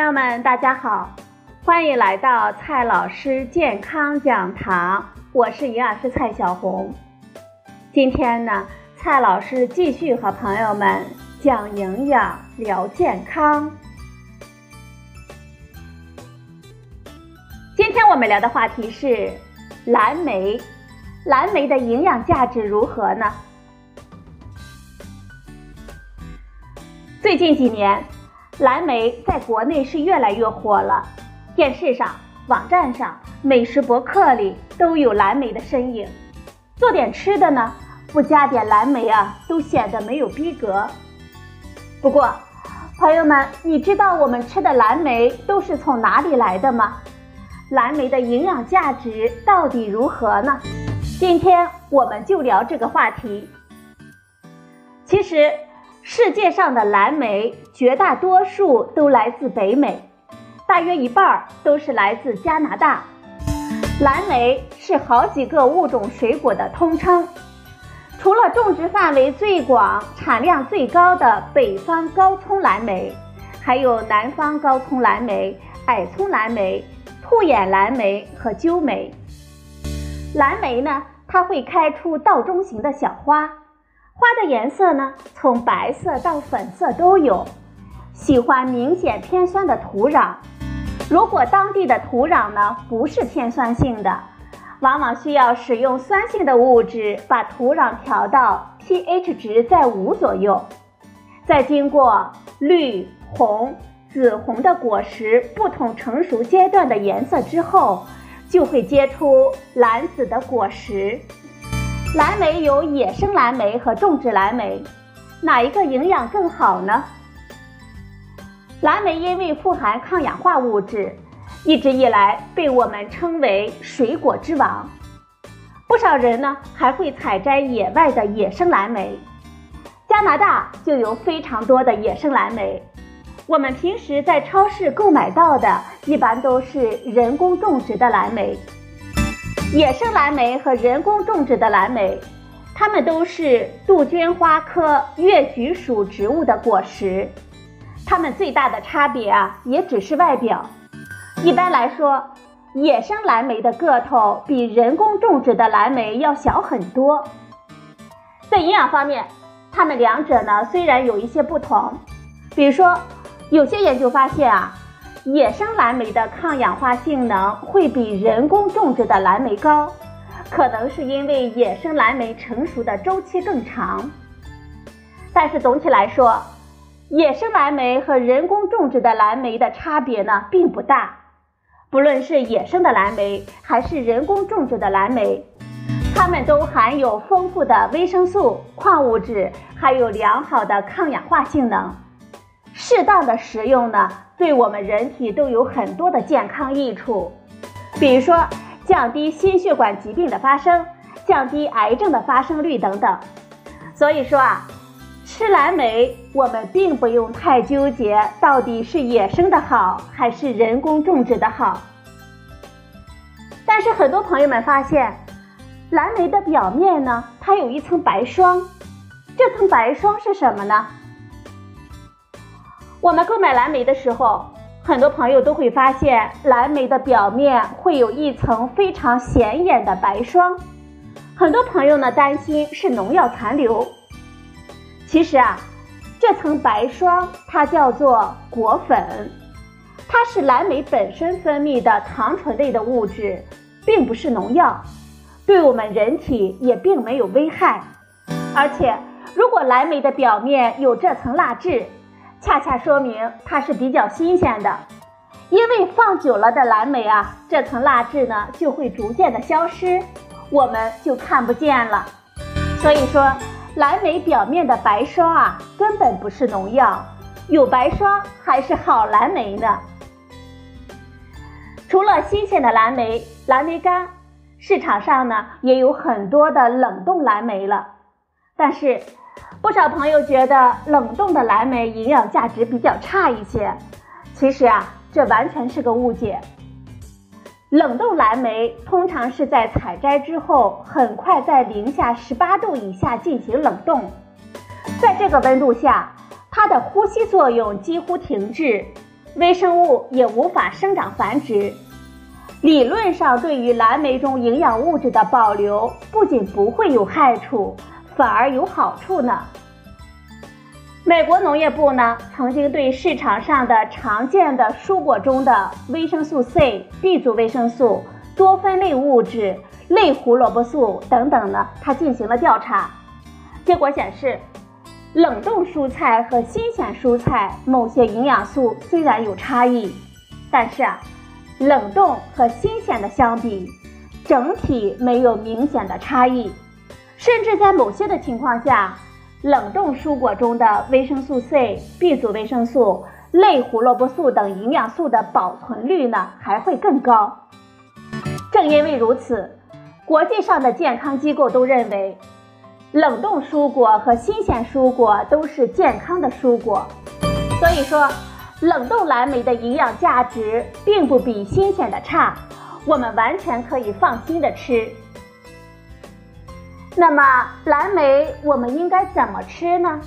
友们，大家好，欢迎来到蔡老师健康讲堂，我是营养师蔡小红。今天呢，蔡老师继续和朋友们讲营养聊健康。今天我们聊的话题是蓝莓，蓝莓的营养价值如何呢？最近几年，蓝莓在国内是越来越火了，电视上、网站上、美食博客里都有蓝莓的身影。做点吃的呢，不加点蓝莓啊，都显得没有逼格。不过，朋友们，你知道我们吃的蓝莓都是从哪里来的吗？蓝莓的营养价值到底如何呢？今天我们就聊这个话题。其实，世界上的蓝莓绝大多数都来自北美，大约一半都是来自加拿大。蓝莓是好几个物种水果的通称，除了种植范围最广、产量最高的北方高葱蓝莓，还有南方高葱蓝莓、矮葱蓝莓、兔眼蓝莓和鸠莓。蓝莓呢，它会开出道中型的小花，花的颜色呢，从白色到粉色都有，喜欢明显偏酸的土壤。如果当地的土壤呢不是偏酸性的，往往需要使用酸性的物质把土壤调到 pH 值在5左右，再经过绿、红、紫红的果实不同成熟阶段的颜色之后，就会结出蓝紫的果实。蓝莓有野生蓝莓和种植蓝莓，哪一个营养更好呢？蓝莓因为富含抗氧化物质，一直以来被我们称为水果之王。不少人呢还会采摘野外的野生蓝莓，加拿大就有非常多的野生蓝莓。我们平时在超市购买到的一般都是人工种植的蓝莓。野生蓝莓和人工种植的蓝莓，它们都是杜鹃花科越菊属植物的果实。它们最大的差别也只是外表。一般来说，野生蓝莓的个头比人工种植的蓝莓要小很多。在营养方面，它们两者呢虽然有一些不同，比如说，有些研究发现野生蓝莓的抗氧化性能会比人工种植的蓝莓高，可能是因为野生蓝莓成熟的周期更长。但是总体来说，野生蓝莓和人工种植的蓝莓的差别呢并不大。不论是野生的蓝莓还是人工种植的蓝莓，它们都含有丰富的维生素、矿物质，还有良好的抗氧化性能。适当的食用呢，对我们人体都有很多的健康益处，比如说降低心血管疾病的发生，降低癌症的发生率等等。所以说吃蓝莓我们并不用太纠结到底是野生的好还是人工种植的好。但是很多朋友们发现，蓝莓的表面呢，它有一层白霜。这层白霜是什么呢？我们购买蓝莓的时候，很多朋友都会发现蓝莓的表面会有一层非常显眼的白霜。很多朋友呢担心是农药残留。其实这层白霜它叫做果粉，它是蓝莓本身分泌的糖醇类的物质，并不是农药，对我们人体也并没有危害。而且如果蓝莓的表面有这层蜡质，恰恰说明它是比较新鲜的。因为放久了的蓝莓这层蜡质呢就会逐渐的消失，我们就看不见了。所以说蓝莓表面的白霜根本不是农药，有白霜还是好蓝莓呢。除了新鲜的蓝莓、蓝莓干，市场上呢也有很多的冷冻蓝莓了。但是不少朋友觉得冷冻的蓝莓营养价值比较差一些，其实这完全是个误解。冷冻蓝莓通常是在采摘之后很快在零下18度以下进行冷冻，在这个温度下，它的呼吸作用几乎停滞， 微生物也无法生长繁殖。理论上，对于蓝莓中营养物质的保留，不仅不会有害处，反而有好处呢。美国农业部呢，曾经对市场上的常见的蔬果中的维生素 C、B 族维生素、多酚类物质、类胡萝卜素等等呢，它进行了调查。结果显示，冷冻蔬菜和新鲜蔬菜某些营养素虽然有差异，但是冷冻和新鲜的相比，整体没有明显的差异，甚至在某些的情况下，冷冻蔬果中的维生素 C、B 族维生素、类胡萝卜素等营养素的保存率呢还会更高。正因为如此，国际上的健康机构都认为，冷冻蔬果和新鲜蔬果都是健康的蔬果，所以说冷冻蓝莓的营养价值并不比新鲜的差，我们完全可以放心的吃。那么蓝莓我们应该怎么吃呢？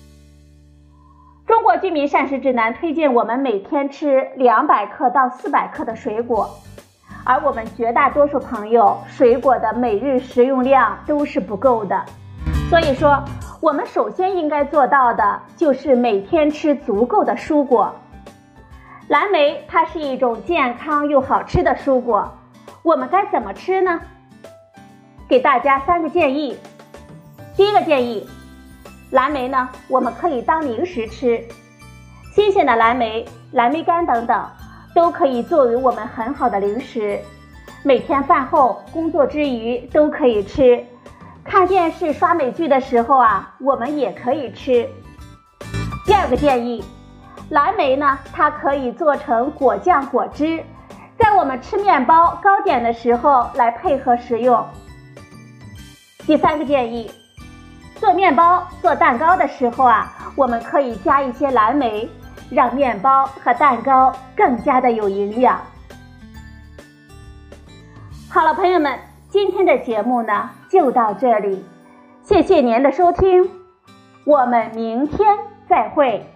中国居民膳食指南推荐我们每天吃200克到400克的水果，而我们绝大多数朋友水果的每日食用量都是不够的，所以说我们首先应该做到的就是每天吃足够的蔬果。蓝莓它是一种健康又好吃的蔬果，我们该怎么吃呢？给大家3个建议。第一个建议，蓝莓呢，我们可以当零食吃，新鲜的蓝莓、蓝莓干等等都可以作为我们很好的零食，每天饭后、工作之余都可以吃，看电视刷美剧的时候我们也可以吃。第二个建议，蓝莓呢，它可以做成果酱果汁，在我们吃面包、糕点的时候来配合食用。第三个建议，做面包、做蛋糕的时候我们可以加一些蓝莓，让面包和蛋糕更加的有营养。好了，朋友们，今天的节目呢就到这里，谢谢您的收听，我们明天再会。